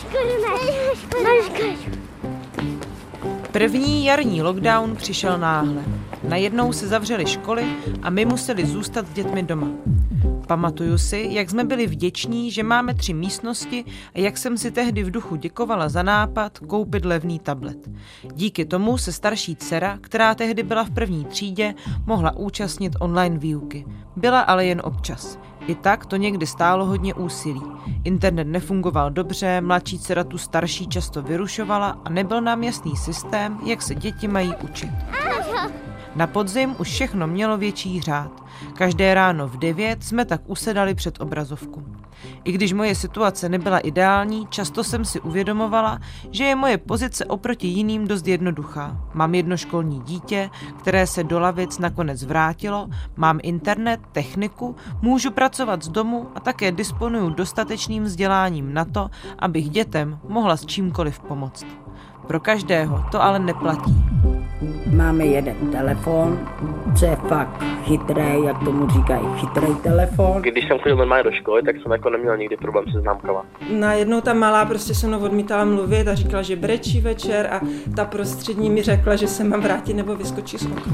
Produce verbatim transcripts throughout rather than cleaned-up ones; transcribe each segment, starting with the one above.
První jarní lockdown přišel náhle. Najednou se zavřely školy a my museli zůstat s dětmi doma. Pamatuju si, jak jsme byli vděční, že máme tři místnosti a jak jsem si tehdy v duchu děkovala za nápad koupit levný tablet. Díky tomu se starší dcera, která tehdy byla v první třídě, mohla účastnit online výuky. Byla ale jen občas. I tak to někdy stálo hodně úsilí. Internet nefungoval dobře, mladší dcera tu starší často vyrušovala a nebyl nám jasný systém, jak se děti mají učit. Na podzim už všechno mělo větší řád. Každé ráno v devět jsme tak usedali před obrazovku. I když moje situace nebyla ideální, často jsem si uvědomovala, že je moje pozice oproti jiným dost jednoduchá. Mám jedno školní dítě, které se do lavic nakonec vrátilo, mám internet, techniku, můžu pracovat z domu a také disponuju dostatečným vzděláním na to, abych dětem mohla s čímkoliv pomoct. Pro každého to ale neplatí. Máme jeden telefon, co je fakt chytrý, jak tomu říkají, chytrý telefon. Když jsem chodil normálně do školy, tak jsem jako neměl nikdy problém se známkama. Najednou ta malá prostě se mnou odmítala mluvit a říkala, že brečí večer a ta prostřední mi řekla, že se mám vrátit nebo vyskočí z okna.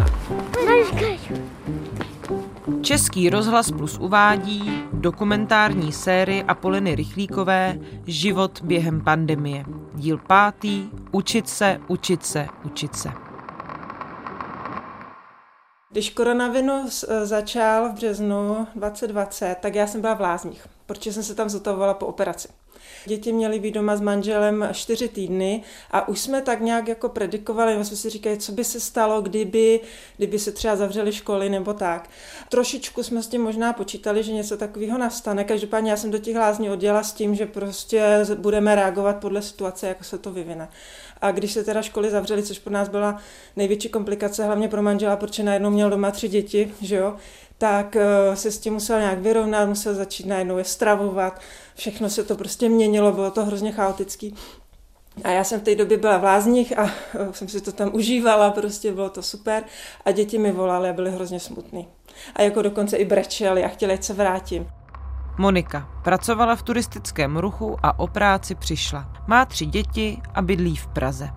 Český rozhlas Plus uvádí dokumentární sérii Apoleny Rychlíkové Život během pandemie. Díl pátý. Učit se, učit se, učit se. Když koronavirus začal v březnu dvacet dvacet, tak já jsem byla v Lázních, protože jsem se tam zotavovala po operaci. Děti měly být doma s manželem čtyři týdny a už jsme tak nějak jako predikovali, my jsme si říkali, co by se stalo, kdyby, kdyby se třeba zavřely školy nebo tak. Trošičku jsme s tím možná počítali, že něco takového nastane, každopádně já jsem do těch Lázní odjela s tím, že prostě budeme reagovat podle situace, jak se to vyvine. A když se teda školy zavřely, což pro nás byla největší komplikace, hlavně pro manžela, protože najednou měl doma tři děti, že jo, tak se s tím musel nějak vyrovnat, musel začít najednou je stravovat, všechno se to prostě měnilo, bylo to hrozně chaotický. A já jsem v té době byla v Lázních a jsem si to tam užívala, prostě bylo to super a děti mi volaly a byly hrozně smutný. A jako dokonce i brečeli a chtěli, ať se vrátím. Monika pracovala v turistickém ruchu a o práci přišla. Má tři děti a bydlí v Praze.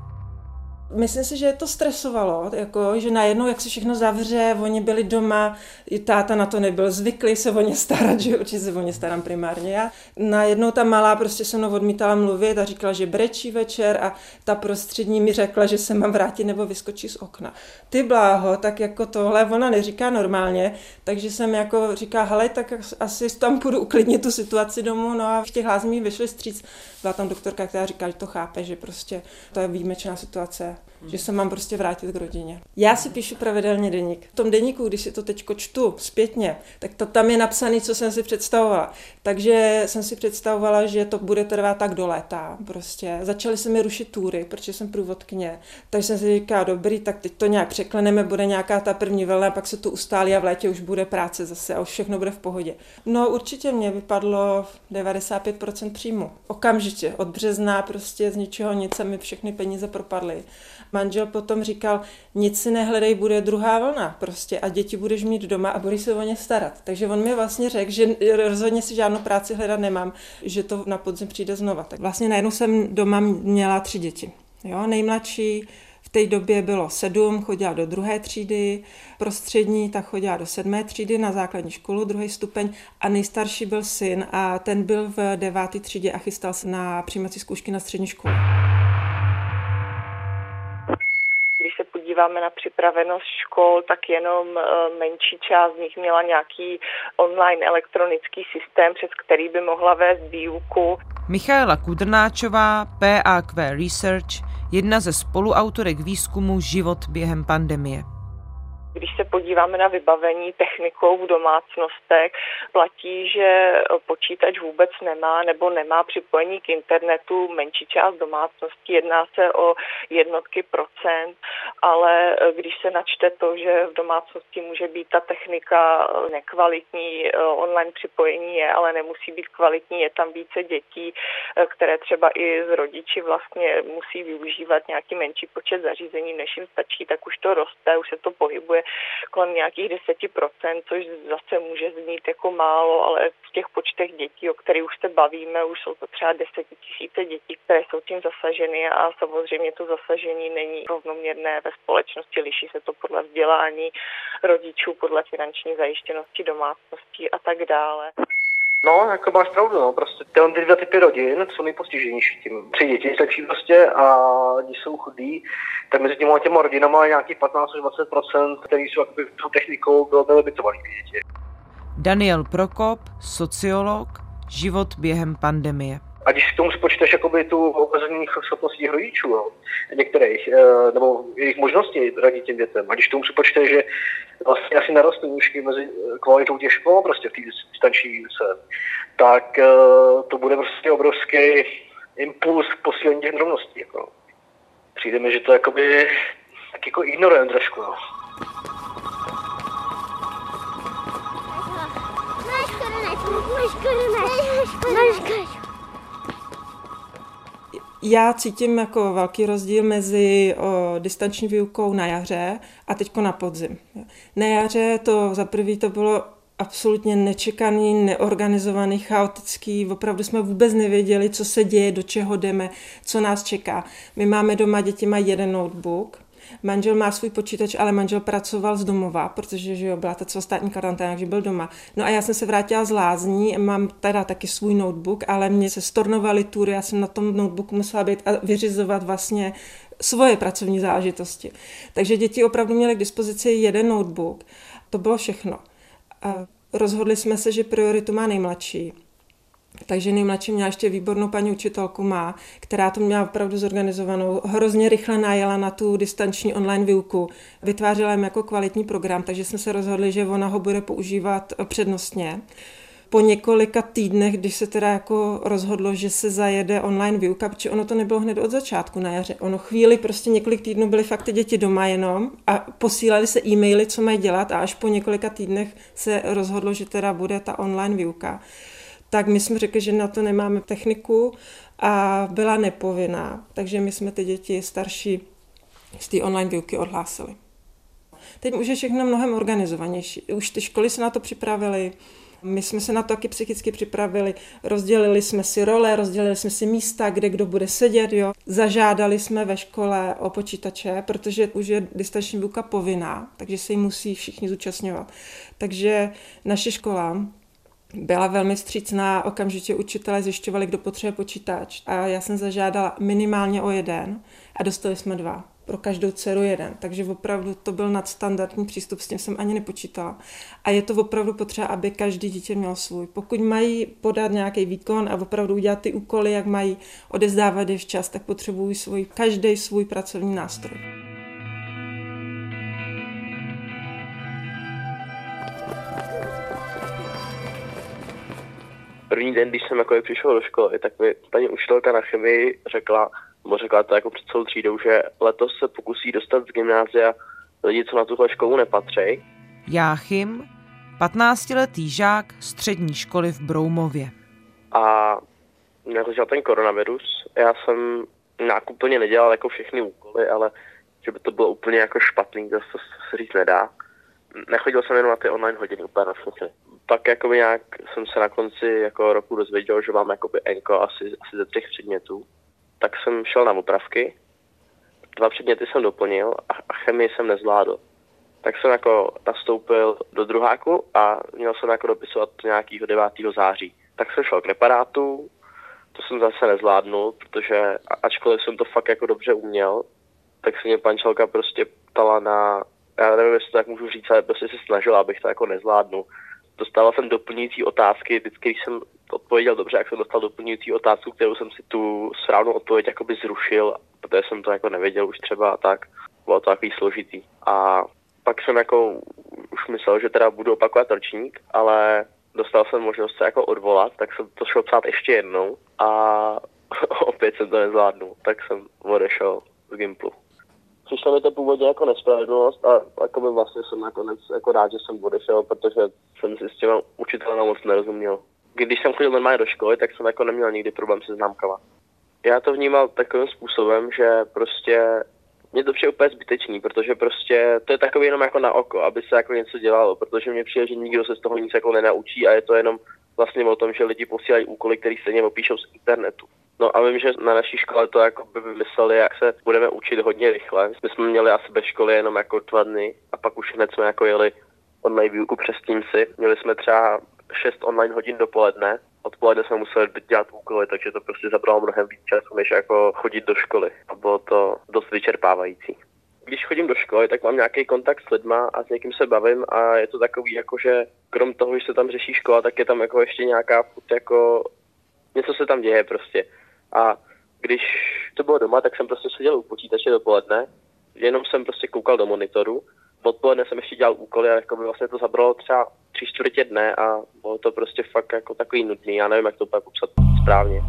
Myslím si, že to stresovalo, jako, že najednou, jak se všechno zavře, oni byli doma, táta na to nebyl zvyklý se o ně starat, že určitě se o ně starám primárně já. Najednou ta malá prostě se mnou odmítala mluvit a říkala, že brečí večer a ta prostřední mi řekla, že se mám vrátit nebo vyskočí z okna. Ty bláho, tak jako tohle ona neříká normálně, takže jsem jako říká, hele, tak asi tam půjdu uklidnit tu situaci domů, no a v těch Lázních vyšli vstříc. Byla tam doktorka, která říká, že to chápe, že prostě to je výjimečná situace, že se mám prostě vrátit k rodině. Já si píšu pravidelně deník. V tom deníku, když si to teďko čtu zpětně, tak to tam je napsané, co jsem si představovala. Takže jsem si představovala, že to bude trvat tak do léta. Prostě začaly se mi rušit túry, protože jsem průvodkyně. Takže jsem si říkala, dobrý, tak teď to nějak překleneme, bude nějaká ta první vlna, pak se to ustálí a v létě už bude práce zase a už všechno bude v pohodě. No určitě mě vypadlo devadesát pět procent příjmu. Okamžitě, od března prostě z ničeho nic se mi všechny peníze propadly. Manžel potom říkal, nic si nehledej, bude druhá vlna prostě a děti budeš mít doma a budeš se o ně starat. Takže on mi vlastně řekl, že rozhodně si žádnou práci hledat nemám, že to na podzim přijde znova. Tak vlastně najednou jsem doma měla tři děti. Jo, nejmladší v té době bylo sedm, chodila do druhé třídy, prostřední tak chodila do sedmé třídy na základní školu, druhý stupeň a nejstarší byl syn a ten byl v deváté třídě a chystal se na přijímací zkoušky na střední školu. Díváme na připravenost škol, tak jenom menší část z nich měla nějaký online elektronický systém, přes který by mohla vést výuku. Michaela Kudrnáčová, P A Q Research, jedna ze spoluautorek výzkumu Život během pandemie. Když se podíváme na vybavení technikou v domácnostech, platí, že počítač vůbec nemá nebo nemá připojení k internetu menší část domácností, jedná se o jednotky procent, ale když se načte to, že v domácnosti může být ta technika nekvalitní, online připojení je, ale nemusí být kvalitní, je tam více dětí, které třeba i z rodiči vlastně musí využívat nějaký menší počet zařízení, než jim stačí, tak už to roste, už se to pohybuje kolem nějakých deseti procent, což zase může znít jako málo, ale v těch počtech dětí, o kterých už se bavíme, už jsou to třeba desetitisíce dětí, které jsou tím zasaženy a samozřejmě to zasažení není rovnoměrné ve společnosti. Liší se to podle vzdělání rodičů, podle finanční zajištěnosti domácností a tak dále. No, jako máš pravdu, no, prostě tyhle ty dva typy rodin jsou nejpostiženější tím. Tři děti stačí prostě a když jsou chudí, tak mezi těma těma rodinama je nějakých patnáct až dvacet procent, který jsou jakoby tou technikou bylo limitovaný děti. Daniel Prokop, sociolog, život během pandemie. A když k tomu spočteš jakoby tu omezených schopností rodičů, no, některých, nebo jejich možností radit těm dětem, a když k tomu spočteš, že vlastně asi narostly nůžky mezi kvalitou těch škol prostě v té distanční výuce, tak to bude prostě obrovský impuls k posílení těch rovností. Jako. Přijde mi, že to jakoby tak jako ignorujeme trošku. No. Já cítím jako velký rozdíl mezi o, distanční výukou na jaře a teďko na podzim. Na jaře to za prvý to bylo absolutně nečekaný, neorganizovaný, chaotický. Opravdu jsme vůbec nevěděli, co se děje, do čeho jdeme, co nás čeká. My máme doma, děti mají jeden notebook, manžel má svůj počítač, ale manžel pracoval z domova, protože že jo, byla ta celostátní karanténa, takže byl doma. No a já jsem se vrátila z lázní, mám teda taky svůj notebook, ale mě se stornovaly tury, já jsem na tom notebooku musela být a vyřizovat vlastně svoje pracovní záležitosti. Takže děti opravdu měly k dispozici jeden notebook. To bylo všechno. A rozhodli jsme se, že prioritu má nejmladší. Takže nejmladší měla ještě výbornou paní učitelku má, která to měla opravdu zorganizovanou. Hrozně rychle najela na tu distanční online výuku. Vytvářela jim jako kvalitní program, takže jsme se rozhodli, že ona ho bude používat přednostně. Po několika týdnech, když se teda jako rozhodlo, že se zajede online výuka, protože ono to nebylo hned od začátku na jaře. Ono chvíli, prostě několik týdnů byly fakt ty děti doma jenom a posílali se e-maily, co mají dělat a až po několika týdnech se rozhodlo, že teda bude ta online výuka. Tak my jsme řekli, že na to nemáme techniku a byla nepovinná. Takže my jsme ty děti starší z té online výuky odhlásili. Teď už je všechno mnohem organizovanější. Už ty školy se na to připravily, my jsme se na to taky psychicky připravili, rozdělili jsme si role, rozdělili jsme si místa, kde kdo bude sedět. Jo. Zažádali jsme ve škole o počítače, protože už je distanční výuka povinná, takže se jí musí všichni zúčastňovat. Takže naše škola byla velmi vstřícná, okamžitě učitelé zjišťovali, kdo potřebuje počítač. A já jsem zažádala minimálně o jeden a dostali jsme dva. Pro každou dceru jeden. Takže opravdu to byl nadstandardní přístup, s tím jsem ani nepočítala. A je to opravdu potřeba, aby každý dítě měl svůj. Pokud mají podat nějaký výkon a opravdu udělat ty úkoly, jak mají odevzdávat je včas, tak potřebují svůj, každý svůj pracovní nástroj. První den, když jsem jako přišel do školy, tak mi paní učitelka na chemii řekla, nebo řekla to jako před celou třídou, že letos se pokusí dostat z gymnázia lidi, co na tuhle školu nepatří. Jáchym, patnáctiletý žák střední školy v Broumově. A jak začal ten koronavirus, já jsem nějak úplně nedělal jako všechny úkoly, ale že by to bylo úplně jako špatný, to se říct nedá. Nechodil jsem jenom na ty online hodiny úplně na všechny. Tak jako nějak jsem se na konci jako roku dozvěděl, že mám jakoby enko asi, asi ze třech předmětů. Tak jsem šel na opravky, dva předměty jsem doplnil a, a chemii jsem nezvládl. Tak jsem jako nastoupil do druháku a měl jsem jako dopisovat nějakého devátého září. Tak jsem šel k reparátu, to jsem zase nezvládnul, protože ačkoliv jsem to fakt jako dobře uměl, tak se mě pančelka prostě ptala na, já nevím, jestli to tak můžu říct, ale prostě se snažila, abych to jako nezvládnul. Dostával jsem doplňující otázky, vždycky, když jsem odpověděl dobře, jak jsem dostal doplňující otázku, kterou jsem si tu správnou odpověď jakoby zrušil, protože jsem to jako nevěděl už třeba, tak bylo to takový složitý. A pak jsem jako už myslel, že teda budu opakovat ročník, ale dostal jsem možnost se jako odvolat, tak jsem to šel psát ještě jednou a opět jsem to nezvládnul, tak jsem odešel z Gimplu. Přišlo mi to původně jako nespravedlnost a jako by vlastně jsem nakonec jako rád, že jsem odešel, protože jsem si s těma učitelem moc nerozuměl. Když jsem chodil normálně do školy, tak jsem jako neměl nikdy problém se známkama. Já to vnímal takovým způsobem, že prostě Mně to přijde úplně zbytečný, protože prostě to je takový jenom jako na oko, aby se jako něco dělalo, protože mně přijde, že nikdo se z toho nic jako nenaučí a je to jenom vlastně o tom, že lidi posílají úkoly, které stejně opíšou z internetu. No a vím, že na naší škole to jako by vymysleli, jak se budeme učit hodně rychle. My jsme měli asi bez školy jenom jako dva dny a pak už hned jsme jako jeli online výuku přes Teamsy. Měli jsme třeba šest online hodin dopoledne. Odpoledne jsme museli dělat úkoly, takže to prostě zabralo mnohem víc času, než jako chodit do školy. A bylo to dost vyčerpávající. Když chodím do školy, tak mám nějaký kontakt s lidma a s někým se bavím a je to takový jako, že krom toho, že se tam řeší škola, tak je tam jako ještě nějaká jako něco se tam děje prostě. A když to bylo doma, tak jsem prostě seděl u počítače dopoledne, jenom jsem prostě koukal do monitoru. Odpoledne jsem ještě dělal úkoly a jako by vlastně to zabralo třeba tři čtvrtě dne a bylo to prostě fakt jako takový nudný. Já nevím, jak to úplně popsat správně.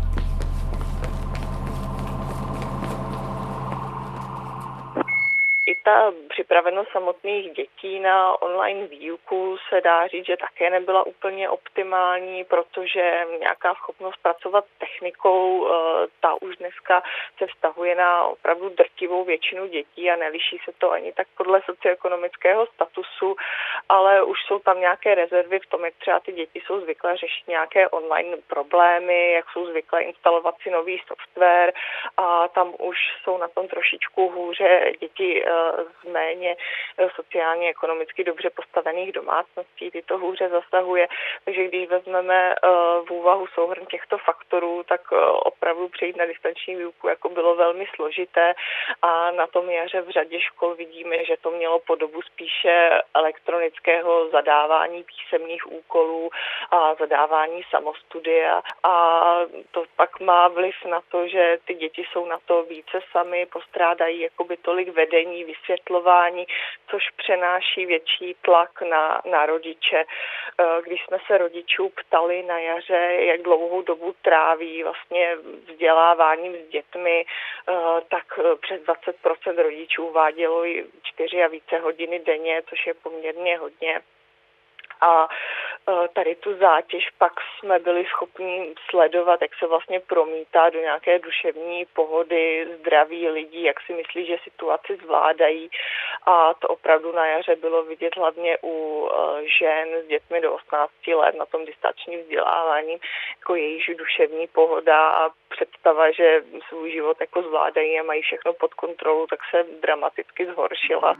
I ta připravenost samotných dětí na online výuku se dá říct, že také nebyla úplně optimální, protože nějaká schopnost pracovat s technikou, ta už dneska se vztahuje na opravdu drtivou většinu dětí a neliší se to ani tak podle socioekonomického statusu, ale už jsou tam nějaké rezervy v tom, jak třeba ty děti jsou zvyklé řešit nějaké online problémy, jak jsou zvyklé instalovat si nový software a tam už jsou na tom trošičku hůře děti z méně sociálně ekonomicky dobře postavených domácností, ty to hůře zasahuje. Takže když vezmeme v úvahu souhrn těchto faktorů, tak opravdu přejít na distanční výuku jako bylo velmi složité a na tom jaře v řadě škol vidíme, že to mělo podobu spíše elektronického zadávání písemných úkolů a zadávání samostudia a to pak má vliv na to, že ty děti jsou na to více sami, postrádají jakoby tolik vedení, vysvětlování, což přenáší větší tlak na, na rodiče. Když jsme se rodičů ptali na jaře, jak dlouhou dobu tráví vlastně vzděláváním s dětmi, tak přes dvacet procent rodičů uvádělo čtyři a více hodiny denně, což je poměrně hodně. A tady tu zátěž pak jsme byli schopni sledovat, jak se vlastně promítá do nějaké duševní pohody, zdraví lidí, jak si myslí, že situaci zvládají. A to opravdu na jaře bylo vidět hlavně u žen s dětmi do osmnácti let na tom distančním vzdělávání, jako jejich duševní pohoda a představa, že svůj život jako zvládají a mají všechno pod kontrolou, tak se dramaticky zhoršila.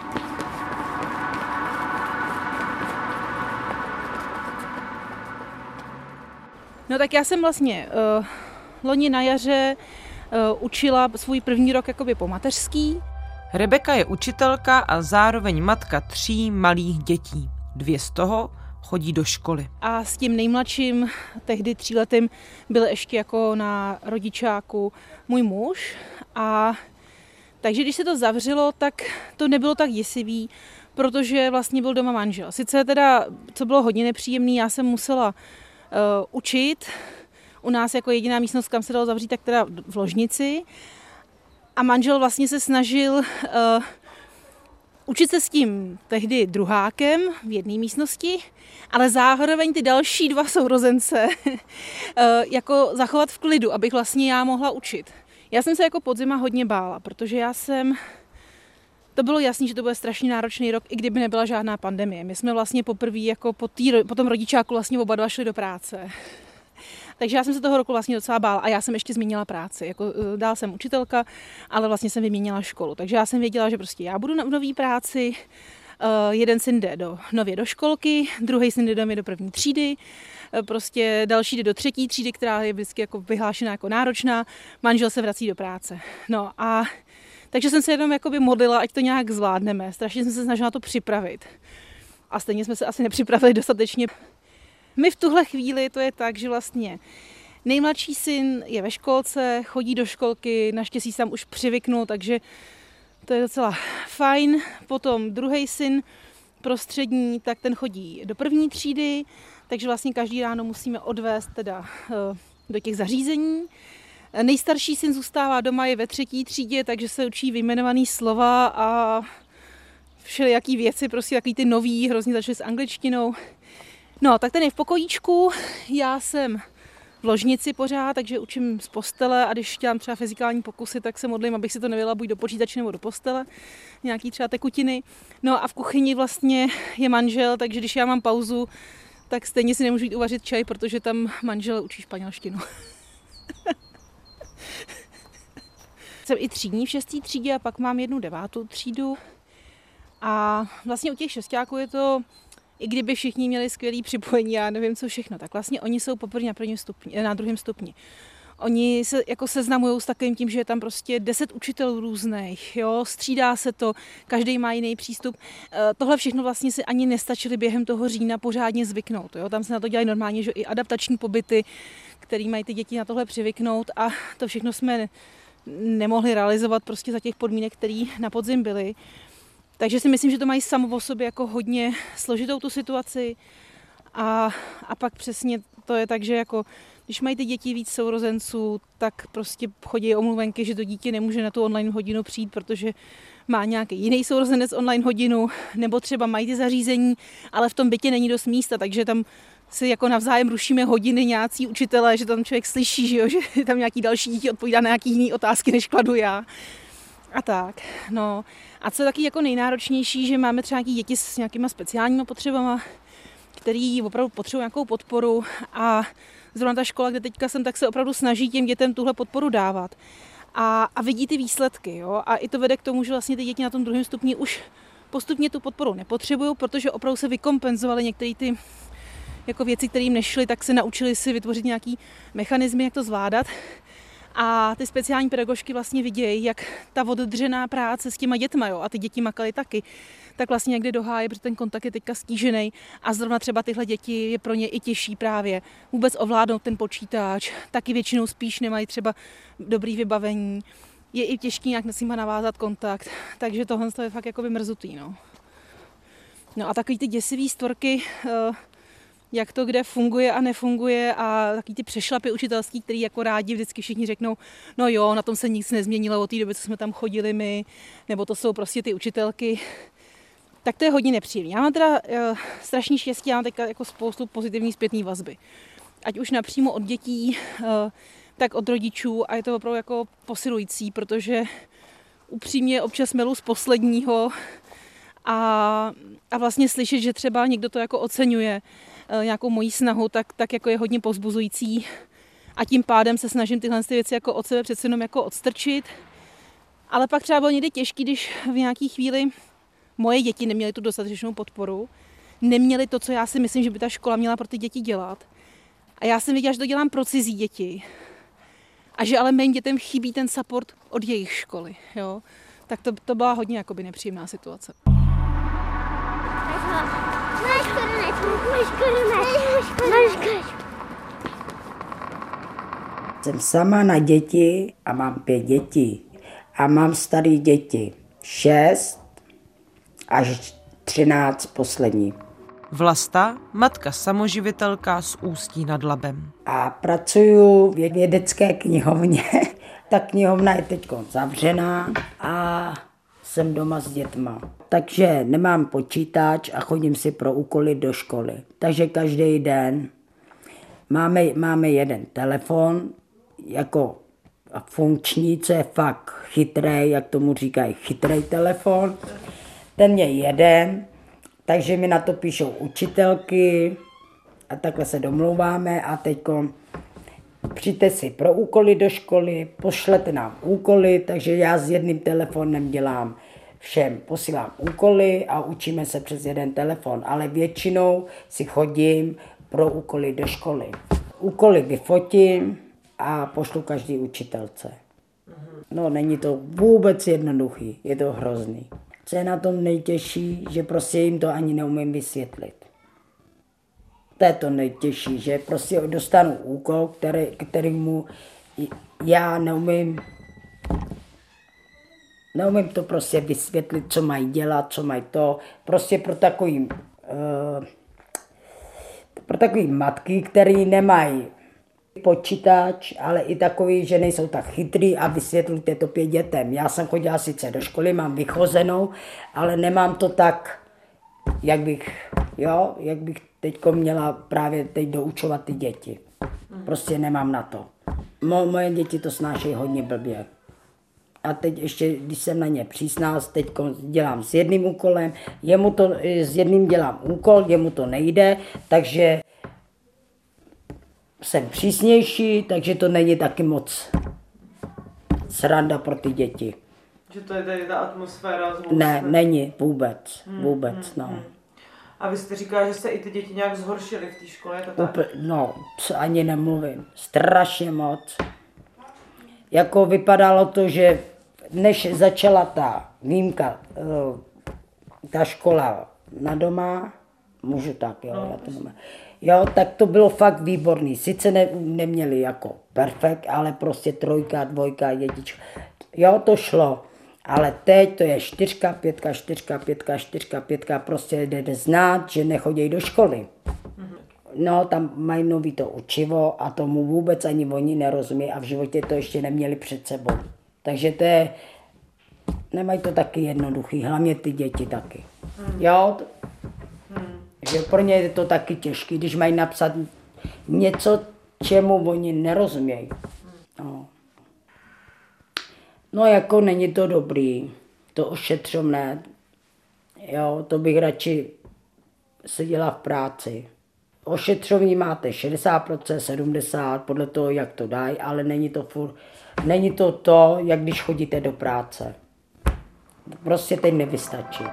No tak já jsem vlastně uh, loni na jaře uh, učila svůj první rok jakoby po mateřský. Rebeka je učitelka a zároveň matka tří malých dětí. Dvě z toho chodí do školy. A s tím nejmladším, tehdy tříletým, byl ještě jako na rodičáku můj muž. A takže když se to zavřelo, tak to nebylo tak děsivý, protože vlastně byl doma manžel. Sice teda, co bylo hodně nepříjemné, já jsem musela Uh, učit. U nás jako jediná místnost, kam se dalo zavřít, tak teda v ložnici. A manžel vlastně se snažil uh, učit se s tím tehdy druhákem v jedné místnosti, ale zároveň ty další dva sourozence uh, jako zachovat v klidu, abych vlastně já mohla učit. Já jsem se jako podzima hodně bála, protože já jsem To bylo jasné, že to bude strašně náročný rok, i kdyby nebyla žádná pandemie. My jsme vlastně poprvé jako po, tý, po tom rodičáku vlastně oba dva šli do práce. Takže já jsem se toho roku vlastně docela bála a já jsem ještě změnila práci. Jako, dál jsem učitelka, ale vlastně jsem vyměnila školu. Takže já jsem věděla, že prostě já budu v nový práci. Uh, jeden syn jde do, nově do školky, druhý syn jde do mě do první třídy, uh, prostě další jde do třetí třídy, která je vždycky jako vyhlášená jako náročná, manžel se vrací do práce. No a takže jsem se jenom jakoby modlila, ať to nějak zvládneme. Strašně jsem se snažila to připravit. A stejně jsme se asi nepřipravili dostatečně. My v tuhle chvíli to je tak, že vlastně nejmladší syn je ve školce, chodí do školky, naštěstí se tam už přivyknul, takže to je docela fajn. Potom druhý syn prostřední, tak ten chodí do první třídy, takže vlastně každý ráno musíme odvést teda do těch zařízení. Nejstarší syn zůstává doma, je ve třetí třídě, takže se učí vyjmenovaný slova a všelijaký věci, prostě takový ty nový, hrozně začali s angličtinou. No, tak ten je v pokojíčku, já jsem v ložnici pořád, takže učím z postele a když dělám třeba fyzikální pokusy, tak se modlím, abych si to nevěla buď do počítače nebo do postele, nějaký třeba tekutiny. No a v kuchyni vlastně je manžel, takže když já mám pauzu, tak stejně si nemůžu jít uvařit čaj, protože tam manžel učí španělštinu. Jsem i třídní v šestý třídě a pak mám jednu devátou třídu. A vlastně u těch šestáků je to, i kdyby všichni měli skvělý připojení, já nevím co všechno, tak vlastně oni jsou poprvé na prvním stupni, na druhém stupni. Oni se jako seznamují s takovým tím, že je tam prostě deset učitelů různých, jo, střídá se to, každý má jiný přístup. Tohle všechno vlastně si ani nestačili během toho října pořádně zvyknout, jo. Tam se na to dělají normálně, že i adaptační pobyty, který mají ty děti na tohle přivyknout a to všechno jsme nemohli realizovat prostě za těch podmínek, které na podzim byly. Takže si myslím, že to mají samo o sobě jako hodně složitou tu situaci a, a pak přesně to je tak, že jako když mají ty děti víc sourozenců, tak prostě chodí omluvenky, že to dítě nemůže na tu online hodinu přijít, protože má nějaký jiný sourozenec online hodinu, nebo třeba mají ty zařízení, ale v tom bytě není dost místa, takže tam si jako navzájem rušíme hodiny nějací učitelé, že tam člověk slyší, že, jo, že tam nějaký další dítě odpovídá na nějaký jiný otázky, než kladu já. A tak, no. A co je taky jako nejnáročnější, že máme třeba nějaký děti s nějakýma speciálními potřebama, který opravdu potřebují nějakou podporu a zrovna ta škola, kde teďka jsem, tak se opravdu snaží těm dětem tuhle podporu dávat. A, a vidí ty výsledky, jo. A i to vede k tomu, že vlastně ty děti na tom druhém stupni už postupně tu podporu nepotřebují, protože opravdu se vykompenzovaly některé ty jako věci, které jim nešly, tak se naučili si vytvořit nějaký mechanismy, jak to zvládat. A ty speciální pedagožky vlastně vidějí, jak ta oddřená práce s těma dětma, jo, a ty děti makaly taky, tak vlastně někde doháje, protože ten kontakt je teďka stížený a zrovna třeba tyhle děti je pro ně i těžší právě vůbec ovládnout ten počítač, taky většinou spíš nemají třeba dobrý vybavení, je i těžký nějak s nima navázat kontakt, takže tohle je fakt jako mrzutý, no. No a takový ty děsivý storky, jak to kde funguje a nefunguje a taky ty přešlapy učitelský, který jako rádi vždycky všichni řeknou, no jo, na tom se nic nezměnilo od té doby, co jsme tam chodili my, nebo to jsou prostě ty učitelky, tak to je hodně nepříjemné. Já mám teda uh, strašný štěstí, já mám teďka jako spoustu pozitivní zpětné vazby. Ať už napřímo od dětí, uh, tak od rodičů a je to opravdu jako posilující, protože upřímně občas melu z posledního a, a vlastně slyšet, že třeba někdo to jako oceňuje, nějakou mojí snahu, tak, tak jako je hodně povzbuzující a tím pádem se snažím tyhle věci jako od sebe přece jenom jako odstrčit. Ale pak třeba bylo někdy těžký, když v nějaký chvíli moje děti neměly tu dostatečnou podporu, neměly to, co já si myslím, že by ta škola měla pro ty děti dělat. A já jsem viděla, že to dělám pro cizí děti. A že ale mým dětem chybí ten support od jejich školy. Jo? Tak to, to byla hodně jakoby nepříjemná situace. Jsem sama na děti a mám pět dětí. A mám staré děti. Šest až třináct poslední. Vlasta, matka samoživitelka z Ústí nad Labem. A pracuju v vědecké knihovně. Ta knihovna je teď zavřená a jsem doma s dětma. Takže nemám počítač a chodím si pro úkoly do školy. Takže každý den máme, máme jeden telefon, jako funkční, co je fakt chytrý, jak tomu říkají, chytrý telefon. Ten je jeden, takže mi na to píšou učitelky a takhle se domlouváme a teďko přijďte si pro úkoly do školy, pošlete nám úkoly, takže já s jedným telefonem dělám všem, posílám úkoly a učíme se přes jeden telefon, ale většinou si chodím pro úkoly do školy. Úkoly vyfotím a pošlu každý učitelce. No, není to vůbec jednoduchý, je to hrozný. Co je na tom nejtěžší, že prostě jim to ani neumím vysvětlit. To je to nejtěžší, že prostě dostanu úkol, který, kterýmu já neumím, neumím to prostě vysvětlit, co mají dělat, co mají to. Prostě pro takový, uh, pro takový matky, který nemají počítač, ale i takový, že nejsou tak chytrý a vysvětlíte to pět dětem. Já jsem chodila sice do školy, mám vychozenou, ale nemám to tak, jak bych, jo, jak bych teďko měla právě teď doučovat ty děti. Prostě nemám na to. Mo, moje děti to snášejí hodně blbě. A teď ještě, když jsem na ně přísná, teď dělám s jedným úkolem, jemu to, s jedním dělám úkol, jemu to nejde, takže jsem přísnější, takže to není taky moc sranda pro ty děti. Že to je tady ta atmosféra zvůst? Ne, není vůbec, vůbec, hmm, no. Hmm. A vy jste říkala, že se i ty děti nějak zhoršily v té škole, je to tak? Úplně, no, ani nemluvím, strašně moc. Jako vypadalo to, že než začala ta výjimka, ta škola na doma, můžu tak, jo, no, já to nemám. Jo, tak to bylo fakt výborný. Sice ne, neměli jako perfekt, ale prostě trojka, dvojka, jednička. Jo, to šlo. Ale teď to je čtyřka, pětka, čtyřka, pětka, čtyřka, pětka, prostě jde znát, že nechodí do školy. No, tam mají nový to učivo a tomu vůbec ani oni nerozumí a v životě to ještě neměli před sebou. Takže to je, nemají to taky jednoduchý, hlavně ty děti taky. Jo, že pro ně je to taky těžké, když mají napsat něco, čemu oni nerozumějí. No. no jako není to dobrý, to ošetřovné, jo, to bych radši seděla v práci. Ošetřovní máte šedesát procent, sedmdesát procent, podle toho, jak to dají, ale není to furt, není to to, jak když chodíte do práce. Prostě teď nevystačí.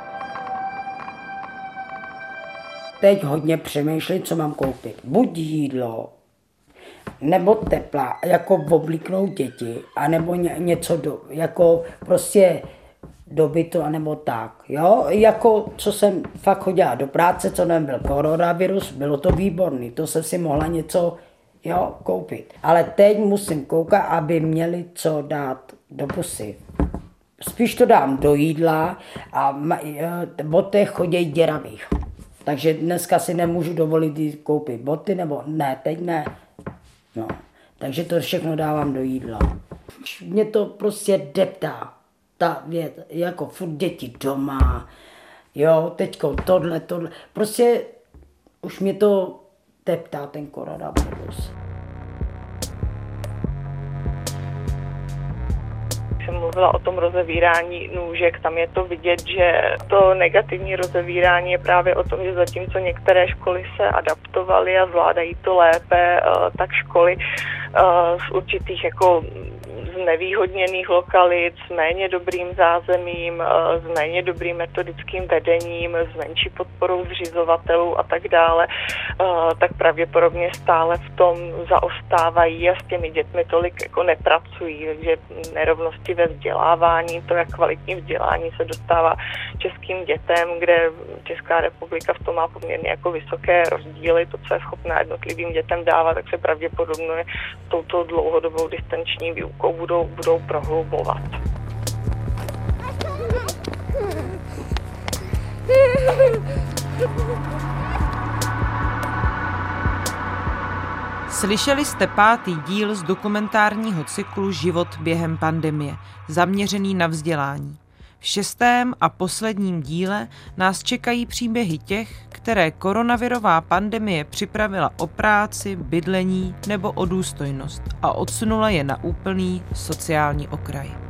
Teď hodně přemýšlím, co mám koupit. Buď jídlo, nebo tepla, jako oblíknout děti, anebo ně, něco do, jako prostě do bytu, anebo tak, jo, jako co jsem fakt chodila do práce, co nebyl koronavirus, bylo to výborný, to jsem si mohla něco, jo, koupit. Ale teď musím koukat, aby měli co dát do pusy. Spíš to dám do jídla a boty chodí děravých. Takže dneska si nemůžu dovolit jít koupit boty, nebo ne, teď ne. No, takže to všechno dávám do jídla. Mě to prostě deptá, ta věc, jako furt děti doma, jo, teďko tohle, tohle. Prostě už mě to deptá ten koronavirus. Jsem mluvila o tom rozevírání nůžek, tam je to vidět, že to negativní rozevírání je právě o tom, že zatímco některé školy se adaptovaly a zvládají to lépe, tak školy z určitých jako znevýhodněných lokalit s méně dobrým zázemím, s méně dobrým metodickým vedením, s menší podporou zřizovatelů a tak dále, tak pravděpodobně stále v tom zaostávají a s těmi dětmi tolik jako nepracují, takže nerovnosti ve vzdělávání, to jak kvalitní vzdělání se dostává českým dětem, kde Česká republika v tom má poměrně jako vysoké rozdíly, to, co je schopná jednotlivým dětem dávat, tak se pravděpodobně touto dlouhodobou distanční výukou budou, budou prohlubovat. Slyšeli jste pátý díl z dokumentárního cyklu Život během pandemie, zaměřený na vzdělání. V šestém a posledním díle nás čekají příběhy těch, které koronavirová pandemie připravila o práci, bydlení nebo o důstojnost a odsunula je na úplný sociální okraj.